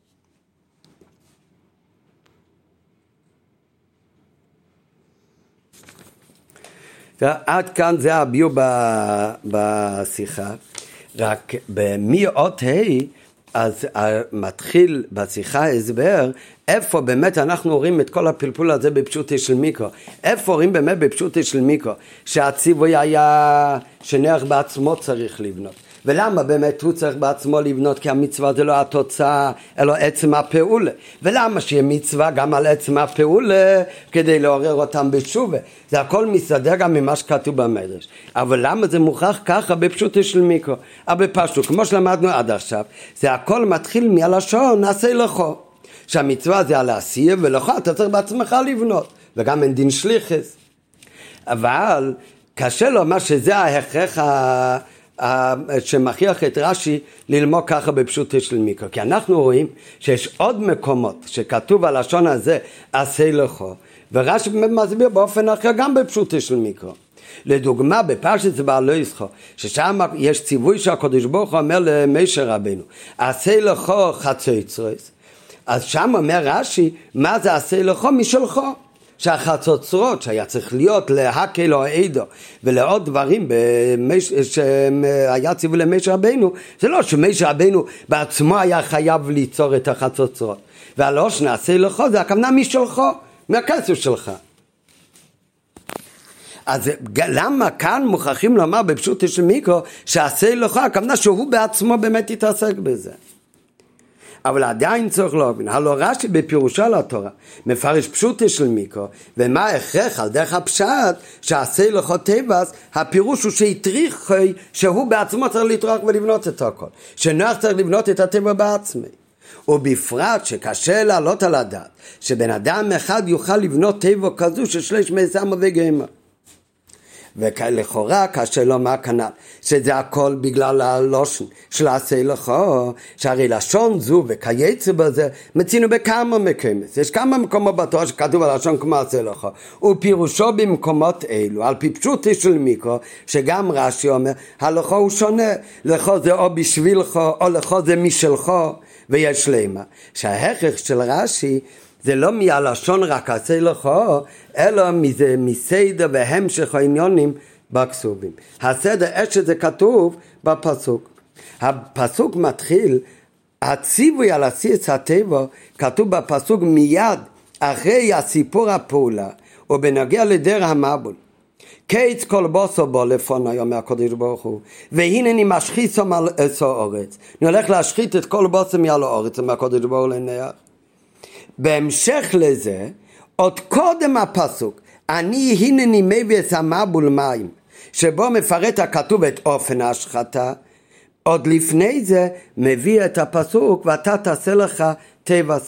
עד כאן זה הביור בשיחה. רק במי אות אז מתחיל בשיחה הסבר איפה באמת אנחנו רואים את כל הפלפול הזה בפשוטי של מיקרו. איפה רואים באמת בפשוטי של מיקרו שהציווי היה שנח בעצמו צריך לבנות. ולמה באמת הוא צריך בעצמו לבנות? כי המצווה זה לא התוצאה, אלא עצם הפעולה. ולמה שיהיה מצווה גם על עצם הפעולה כדי לעורר אותם בתשובה? זה הכל מסתדר גם ממה שכתוב במדרש. אבל למה זה מוכרח ככה בפשוטו של מיקרו? אבל בפשוט, כמו שלמדנו עד עכשיו, זה הכל מתחיל מהלשון נעשה לכו. שהמצווה זה על העשייה, ולכו אתה צריך בעצמך לבנות. וגם אין דין שליחס. אבל קשה לומר שזה ההכרח שמכריח את רש"י ללמוד ככה בפשוטו של מיקרו, כי אנחנו רואים שיש עוד מקומות שכתוב הלשון הזה עשה לכו, ורש"י מסביר באופן אחר גם בפשוטו של מיקרו. לדוגמה בפרשת בעל ישחו, ששם יש ציווי שהקדוש ברוך הוא אומר למשה רבנו עשה לכו חצוצרות, אז שם אומר רש"י מה זה עשה לכו? משלכו, שהחצוצרות שהיה צריך להיות להקל או עדו ולעוד דברים שהיה ציווי למשה רבנו, זה לא שמשה רבנו בעצמו היה חייב ליצור את החצוצרות, והלוש נעשה לכו זה הכוונה משלכו, מהכסף שלך. אז למה כאן מוכרחים לומר בפשוטו של מיקרו שעשה לכו הכוונה שהוא בעצמו באמת יתעסק בזה? אבל עדיין צריך להבין, הלא רש"י בפירושו לתורה מפרש פשוטו של מיקרו, ומה הכרח על דרך הפשט שעשה לכו טבעס, הפירוש הוא שהטריח שהוא בעצמו צריך לטרוח ולבנות את הכל, שנוח צריך לבנות את הטבע בעצמי. ובפרט שקשה לעלות על הדעת שבן אדם אחד יוכל לבנות טבע כזו של 300 וגמר, ולכאורה קשה לומר כנ"ל שזה הכל בגלל הלושן של עשה לכו, שהרי לשון זו וכייצא בזה מצינו בכמה מקומות. יש כמה מקומות בתורה שכתוב על לשון כמו עשה לכו, ופירושו במקומות אלו על פי פשוטו של מיקרו, שגם רש"י אומר הלכו הוא שונה, לכו זה או בשבילך או לכו זה משלכו, ויש למה שההכרח של רש"י זה לא מהלשון רק עשה לכו, אלא מסדר והמשך העניונים בכתובים. הסדר איך שזה כתוב בפסוק. הפסוק מתחיל, הציווי על עשיית הטבע כתוב בפסוק מיד אחרי הסיפור הפעולה, ובנוגע לדר המבול. קיץ כל בוסו בו לפוני, אומר הקדוש ברוך הוא, והנה אני משחיתו על הארץ. אני הולך להשחית את כל בוסו מעל הארץ, אומר הקדוש ברוך הוא לנח. בהמשך לזה, עוד קודם הפסוק, אני הנני מביא את המבול מים, שבו מפרט הכתוב את אופן ההשחתה, עוד לפני זה מביא את הפסוק, ואתה תעשה לך טבע,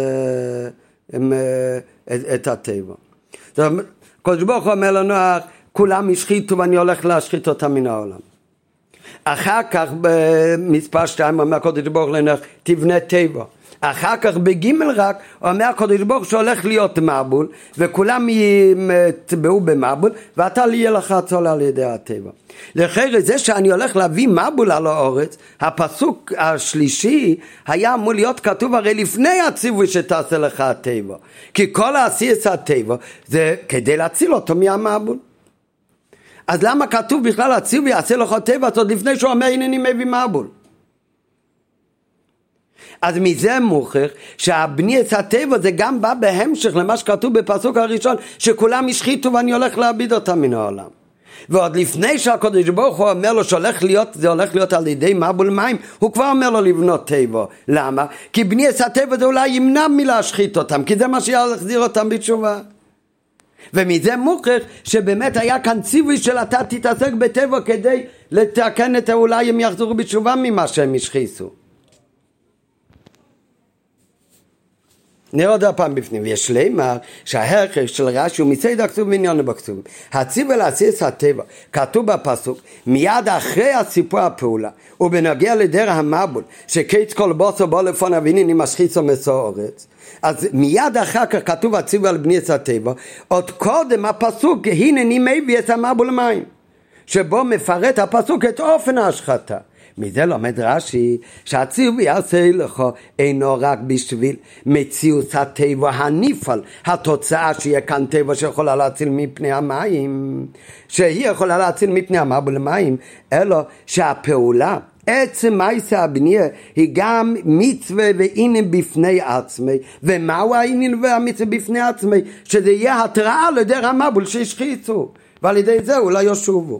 את הטבע. הקדוש ברוך הוא אומר לנו, כולם השחיתו ואני הולך להשחית אותם מן העולם. אחר כך במספר 2 אומר הקדוש ברוך הוא לנו, תבנה טבע. אחר כך בגימל רק אומר הקדוש ברוך הוא שהולך להיות מבול, וכולם יטבעו במבול, ואתה יהיה לך צול על ידי הטבע. לכן זה שאני הולך להביא מבול על האורץ, הפסוק השלישי היה אמור להיות כתוב הרי לפני הציווי שתעשה לך הטבע, כי כל העשיית הטבע זה כדי להציל אותו מהמבול. אז למה כתוב בכלל הציווי יעשה לך טבע עוד לפני שהוא אומר הנני מביא מבול? אז מזה מוכח שהבניית הטבע זה גם בא בהמשך למה שכתוב בפסוק הראשון, שכולם השחיתו ואני הולך להביד אותם מן העולם. ועוד לפני שהקדוש ברוך הוא אומר לו זה הולך להיות על ידי מבול מים, הוא כבר אומר לו לבנות טבע. למה? כי בניית הטבע זה אולי ימנע מלהשחית אותם, כי זה מה שיחזיר אותם בתשובה. ומזה מוכח שבאמת היה כאן ציווי של אתה תתעסק בטבע כדי לתקן את אולי הם יחזרו בתשובה ממה שהם השחיתו. נראה עוד הפעם בפנים, ויש לומר שההרכב של רש"י הוא מסייד הכתוב ועניין בכתוב. הציווי לעשיית הטבע כתוב בפסוק מיד אחרי הסיפור הפעולה, ובנוגע לדר המבול שקץ כל בוסו בוא לפניו והנני משחיתו מסורץ, אז מיד אחר כך כתוב הציווי על בניית הטבע, עוד קודם הפסוק הנני מביא את המבול מים, שבו מפרט הפסוק את אופן ההשחתה. מזה לומד רש"י שהציווי יעשה לך אינו רק בשביל מציאות הטבע הנפעל, התוצאה שיהיה כאן טבע שיכולה להציל מפני המים, שהיא יכולה להציל מפני המבול מים, אלא שהפעולה עצם מעשה הבנייה היא גם מצווה ועניין בפני עצמי. ומהו העניין והמצווה בפני עצמי? שזה יהיה התראה לדר המבול שהשחיתו, ועל ידי זה אולי ישובו.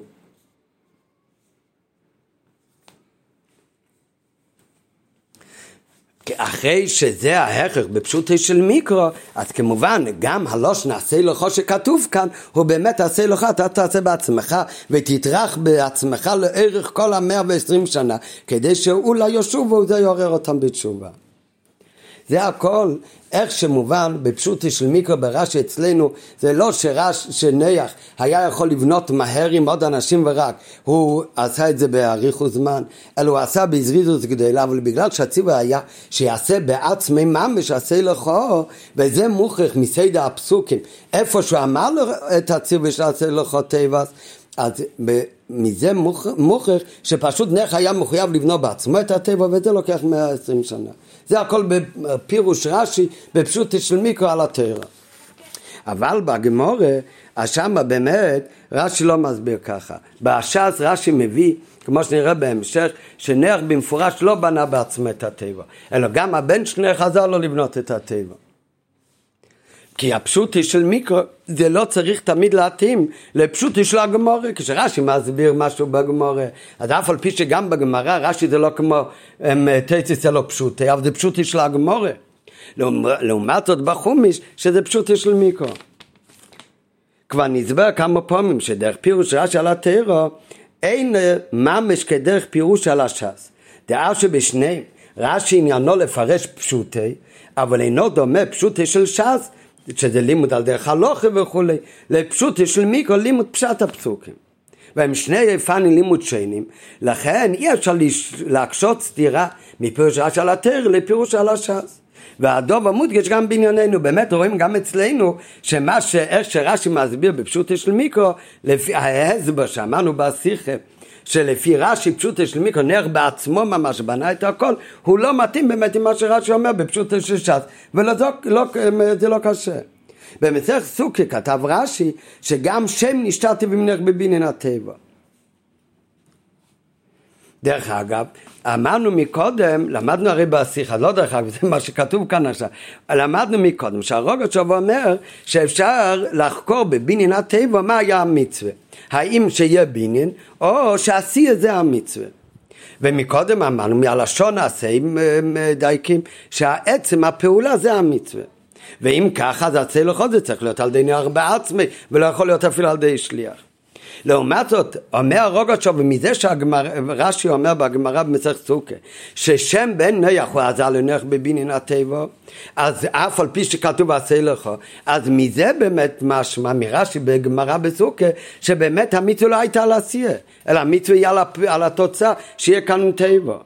אחרי שזה ההכרח בפשוטו של מיקרו, אז כמובן גם הלושן עשה לך שכתוב כאן הוא באמת עשה לך, אתה תעשה בעצמך ותתרח בעצמך לערך כל 120 שנה כדי שאולי ישובו וזה יעורר אותם בתשובה. זה הכל איך שמובן בפשוטו של מיקרו ברש"י אצלנו. זה לא שנח היה יכול לבנות מהר עם עוד אנשים ורק הוא עשה את זה באריכות זמן, אלא הוא עשה בזריזות גדולה, אבל בגלל שהציווי היה שיעשה בעצמי ממש עשה לך, וזה מוכרח מסדר הפסוקים איפה שהוא אמר את הציווי שעשה לך טבעס, אז מזה מוכרח שפשוט נח היה מחויב לבנות בעצמו את הטבע, וזה לוקח 120 שנה. זה הכל בפירוש רש"י בפשוטו של מיקרו על התורה. אבל בגמרא שם באמת רש"י לא מסביר ככה. בש"ס רש"י מביא, כמו שנראה בהמשך, שנח במפורש לא בנה בעצמו את הטבע, אלא גם הבן שנח עזר לו לבנות את הטבע. כי הפשוטי של מיקרו זה לא צריך תמיד להתאים לפשוטי של הגמרא. כשרש"י מסביר משהו בגמרא, אז אף על פי שגם בגמרא רש"י זה לא כמו תציס זה לא פשוטי, אבל זה פשוטי של הגמרא. לעומת זאת בחומש שזה פשוטי של מיקרו. כבר נסבר כמה פעמים שדרך פירוש רש"י על התורה אין ממש כדרך פירוש על הש"ס. דעה שבשניהם רש"י עניינו לפרש פשוטי, אבל אינו דומה פשוטי של ש"ס שזה לימוד על דרך הלכה וכו', לפשוטי של מיקרו לימוד פשט הפסוקים, והם שני יפנים לימוד שונים. לכן אי אפשר להקשות סתירה מפירוש רש"י על התורה לפירוש על הש"ס. והדוב המודגש גם בענייננו, באמת רואים גם אצלנו איך שרש"י מסביר בפשוטו של מיקרו, לפי ההסבר שאמרנו בשיחה, שלפי רש"י פשוטו של מיקרו נח בעצמו ממש בנה את הכל, הוא לא מתאים באמת עם מה שרש"י אומר בפשוטו של ש"ס, וזה לא קשה. במסכת סוכה כתב רש"י שגם שם נשתתי במנך בבניין הטבע. דרך אגב, אמרנו מקודם, למדנו הרי בשיחה, לא דרך אגב, זה מה שכתוב כאן עכשיו, למדנו מקודם שהרוגצ'וב אומר שאפשר לחקור בבניין הטבע מה היה המצווה, האם שיהיה בניין או שעשי את זה המצווה. ומקודם אמרנו מהלשון עשה דייקים שהעצם הפעולה זה המצווה. ואם ככה, אז הצלח זה צריך להיות על ידי נח בעצמי, ולא יכול להיות אפילו על ידי שליח. לעומת זאת, אומר הרוגושוב, ומזה רש"י אומר בגמרא במסכת סוכה, ששם בן נח הוא עזר לנח בבניין הטבע, אז אף על פי שכתוב עשה לך, אז מזה באמת משמע מרש"י בגמרא בסוכה, שבאמת המצווה לא הייתה על עשייה, אלא המצווה היא על התוצאה, שיהיה כאן טבע.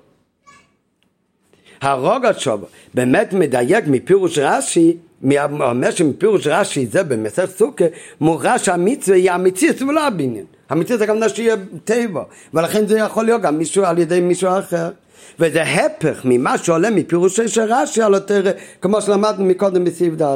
הרוגושוב באמת מדייק מפירוש רש"י, אומר שמפירוש רש"י זה במסכת סוכה, מורא שהמצווה היא המציאות ולא הבניין. המציאות זה גם שיהיה טבע, ולכן זה יכול להיות גם מישהו על ידי מישהו אחר. וזה הפך ממה שעולה מפירושי של רש"י על יותר, כמו שלמדנו מקודם בסעיף ד'.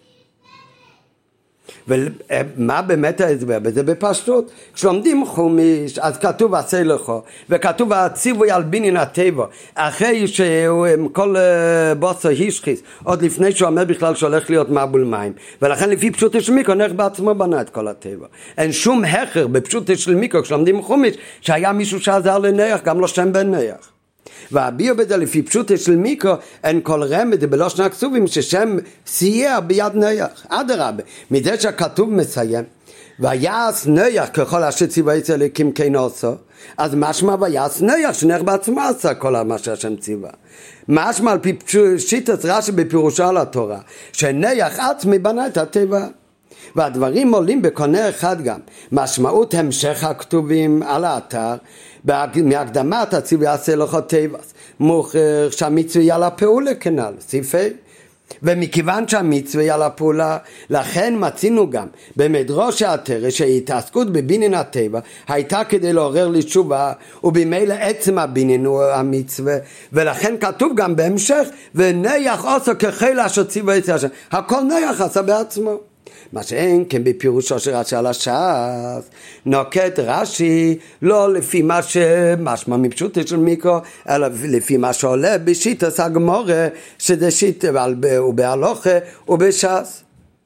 ומה באמת ההסבר? וזה בפשטות. כשלומדים חומיש, אז כתוב עשה לך, וכתוב הציווי על בניין הטבע, אחרי שכל בוסו הישחיס, עוד לפני שהוא אומר בכלל שהולך להיות מבול מים, ולכן לפי פשוט של מיקרו, נח בעצמו בנה את כל הטבע. אין שום הכר בפשוט של מיקרו, כשלומדים חומיש, שהיה מישהו שעזר לנח, גם לא שם בן נח. והביאו בזה לפי פשוט של מיקרו, אין כל רמז בלושן הכתובים ששם סייע ביד נח. אדרבה, מזה שהכתוב מסיים, ויעש נח ככל אשר ציווה אצל אלוקים כן עשה, אז משמע ויעש נח שנח בעצמו עשה כל מה שהשם ציווה. משמע על פי שיטת רש"י בפירושו על התורה, שנח עצמי בנה את הטבע. והדברים עולים בקונה אחד גם, משמעות המשך הכתובים על האתר, מהקדמת הציווי עשה לך טבע, מוכר שהמצווה היא על הפעולה כנ"ל, סיפי. ומכיוון שהמצווה היא על הפעולה, לכן מצינו גם במדרוש העטרה שההתעסקות בבניין הטבע הייתה כדי לעורר לתשובה, ובמילא עצם הבניין הוא המצווה, ולכן כתוב גם בהמשך, ונח עשה כחיל אשר ציווה אצל השם, הכל נח עשה בעצמו. מה שאין כן בפירושו של רש"י על הש"ס, נוקט רש"י לא לפי מה שמשמע מפשוטו של מיקרו, אלא לפי מה שעולה בשיטת הגמרא, שזה שיטה ובהלוכה ובש"ס.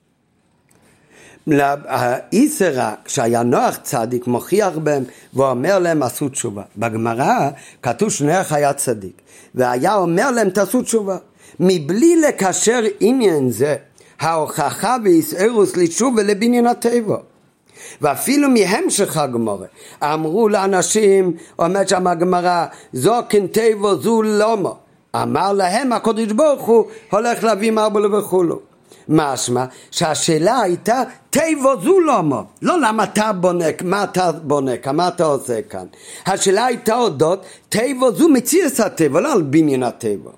האיסרה כשהיה נוח צדיק מוכיח בהם ואומר להם עשו תשובה. בגמרא כתוב שנוח היה צדיק והיה אומר להם תעשו תשובה, מבלי לקשר עניין זה ההוכחה ויסערוס לתשובה לבניין הטבע. ואפילו מהמשך הגמרא אמרו לאנשים, אומרת שם הגמרא, זו כן טבע זו למה, אמר להם הקדוש ברוך הוא הולך להביא מבול וכולו. משמע שהשאלה הייתה טבע זו למה, לא למה אתה בונק, מה אתה בונק, מה אתה עושה כאן. השאלה הייתה אודות טבע זו מציאות הטבע, לא על בניין הטבע.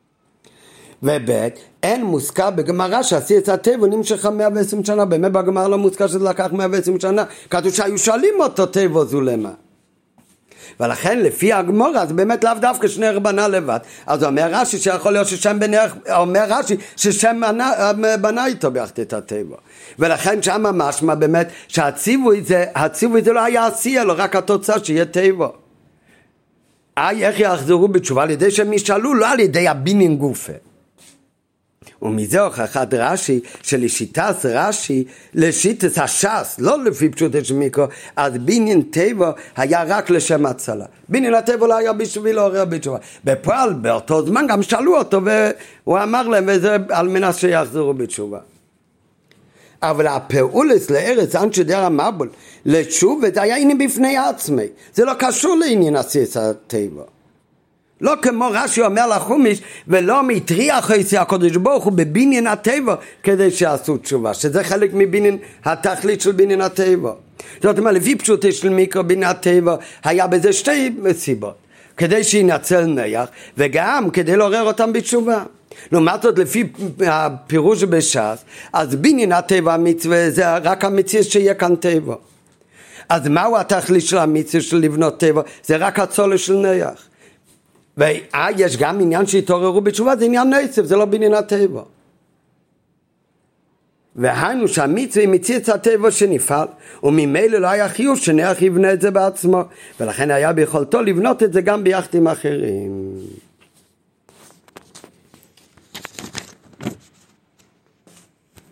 ובית, אין מוזכר בגמרא שעשי את הטבע נמשכה 120 שנה, באמת בגמרא לא מוזכר שזה לקח 120 שנה, כתוב שהיו שואלים אותו טבע זו למה. ולכן לפי הגמרא, אז באמת לאו דווקא שנח בנה לבד. אז אומר רש"י שיכול להיות ששם אומר רש"י ששם בנה איתו ביחד את הטבע. ולכן שם משמע באמת שהציווי זה לא היה עשייה, לא רק התוצאה שיהיה טבע. איך יחזרו בתשובה? על ידי שהם ישאלו, לא על ידי הבניין גופה. ומזה הוכחת רש"י שלשיטת רש"י לשיטת הש"ס, לא לפי פשוטו של מיקרו, אז בניין טבע היה רק לשם הצלה. בניין הטבע לא היה בשביל לעורר בתשובה. בפועל באותו זמן גם שאלו אותו והוא אמר להם וזה על מנת שיחזרו בתשובה. אבל הפעולת לארץ אנשי דר המבול לתשובה זה היה עניין בפני עצמי, זה לא קשור לעניין עשיית הטבע. לא כמו רש"י אומר לחומיש, ולא מטריח יצא הקדוש ברוך הוא בבניין הטבע כדי שיעשו תשובה, שזה חלק מבניין התכלית של בניין הטבע. זאת אומרת, לפי פשוטו של מיקרו בניין הטבע היה בזה שתי סיבות, כדי שינצל נח וגם כדי לעורר אותם בתשובה. לעומת זאת לפי הפירוש בש"ס, אז בניין הטבע המצווה זה רק המצווה שיהיה כאן טבע. אז מהו התכלית של המצווה של לבנות טבע? זה רק הצורך של נח. ויש גם עניין שהתעוררו בתשובה, זה עניין נצף, זה לא בעניין הטבע. והיינו שהמצווה היא מציאת הטבע שנפעל, וממילא לא היה חיוב שנח יבנה את זה בעצמו, ולכן היה ביכולתו לבנות את זה גם ביחד עם אחרים.